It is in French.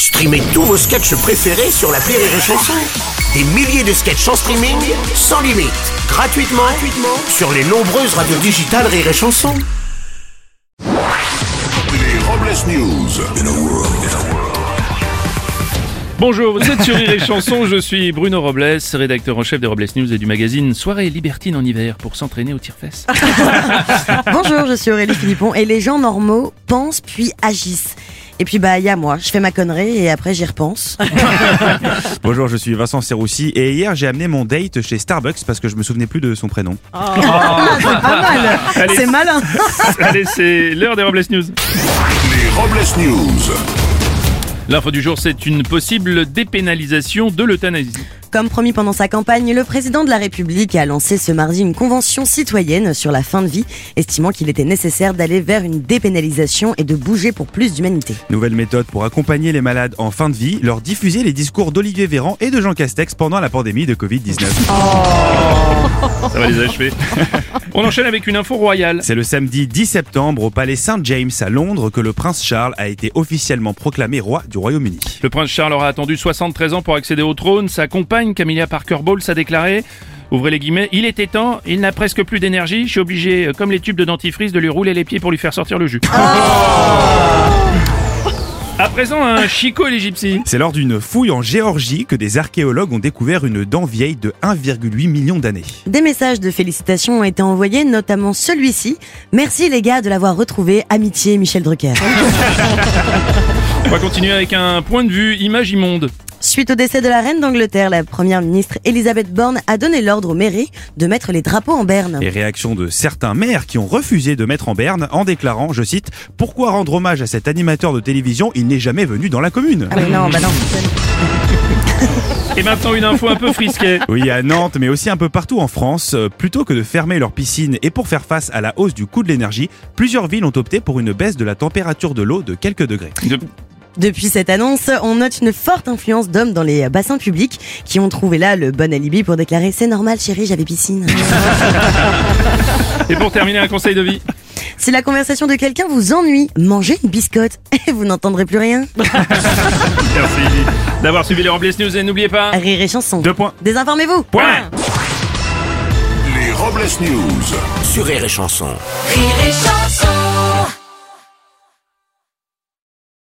Streamez tous vos sketchs préférés sur l'appli Rire et Chanson. Des milliers de sketchs en streaming, sans limite, gratuitement sur les nombreuses radios digitales Rire et Chanson. Les Robles News. Bonjour, vous êtes sur Rire et Chanson, je suis Bruno Robles, rédacteur en chef des Robles News et du magazine Soirée libertine en hiver pour s'entraîner au tire-fesses. Bonjour, je suis Aurélie Philippon et les gens normaux pensent puis agissent. Et puis il y a moi, je fais ma connerie et après j'y repense. Bonjour, je suis Vincent Serroussi et hier j'ai amené mon date chez Starbucks parce que je me souvenais plus de son prénom. C'est pas mal, Allez. c'est malin. Allez, c'est l'heure des Robles News. Les Robles News. L'info du jour, c'est une possible dépénalisation de l'euthanasie. Comme promis pendant sa campagne, le président de la République a lancé ce mardi une convention citoyenne sur la fin de vie, estimant qu'il était nécessaire d'aller vers une dépénalisation et de bouger pour plus d'humanité. Nouvelle méthode pour accompagner les malades en fin de vie, leur diffuser les discours d'Olivier Véran et de Jean Castex pendant la pandémie de Covid-19. Ça va les achever. On enchaîne avec une info royale. C'est le samedi 10 septembre au palais St James à Londres que le prince Charles a été officiellement proclamé roi du Royaume-Uni. Le prince Charles aura attendu 73 ans pour accéder au trône. Sa compagne, Camilla Parker Bowles, a déclaré, ouvrez les guillemets, il était temps, il n'a presque plus d'énergie, je suis obligé, comme les tubes de dentifrice, de lui rouler les pieds pour lui faire sortir le jus. À présent, un Chico et les gypsies. C'est lors d'une fouille en Géorgie que des archéologues ont découvert une dent vieille de 1,8 million d'années. Des messages de félicitations ont été envoyés, notamment celui-ci. Merci les gars de l'avoir retrouvé, amitié Michel Drucker. On va continuer avec un point de vue image immonde. Suite au décès de la reine d'Angleterre, la première ministre Elisabeth Borne a donné l'ordre aux mairies de mettre les drapeaux en berne. Et réaction de certains maires qui ont refusé de mettre en berne en déclarant, je cite, « Pourquoi rendre hommage à cet animateur de télévision, il n'est jamais venu dans la commune ?» Ah mais non, non. Et maintenant une info un peu frisquée. Oui, à Nantes, mais aussi un peu partout en France, plutôt que de fermer leurs piscines et pour faire face à la hausse du coût de l'énergie, plusieurs villes ont opté pour une baisse de la température de l'eau de quelques degrés. Depuis cette annonce, on note une forte influence d'hommes dans les bassins publics qui ont trouvé là le bon alibi pour déclarer « C'est normal chérie, j'avais piscine ». Et pour terminer, un conseil de vie. Si la conversation de quelqu'un vous ennuie, mangez une biscotte et vous n'entendrez plus rien. Merci d'avoir suivi les Robles News et n'oubliez pas... Rire et chanson. 2 points. Désinformez-vous. Point. Les Robles News. Sur Rire et Chanson. Rire et chanson.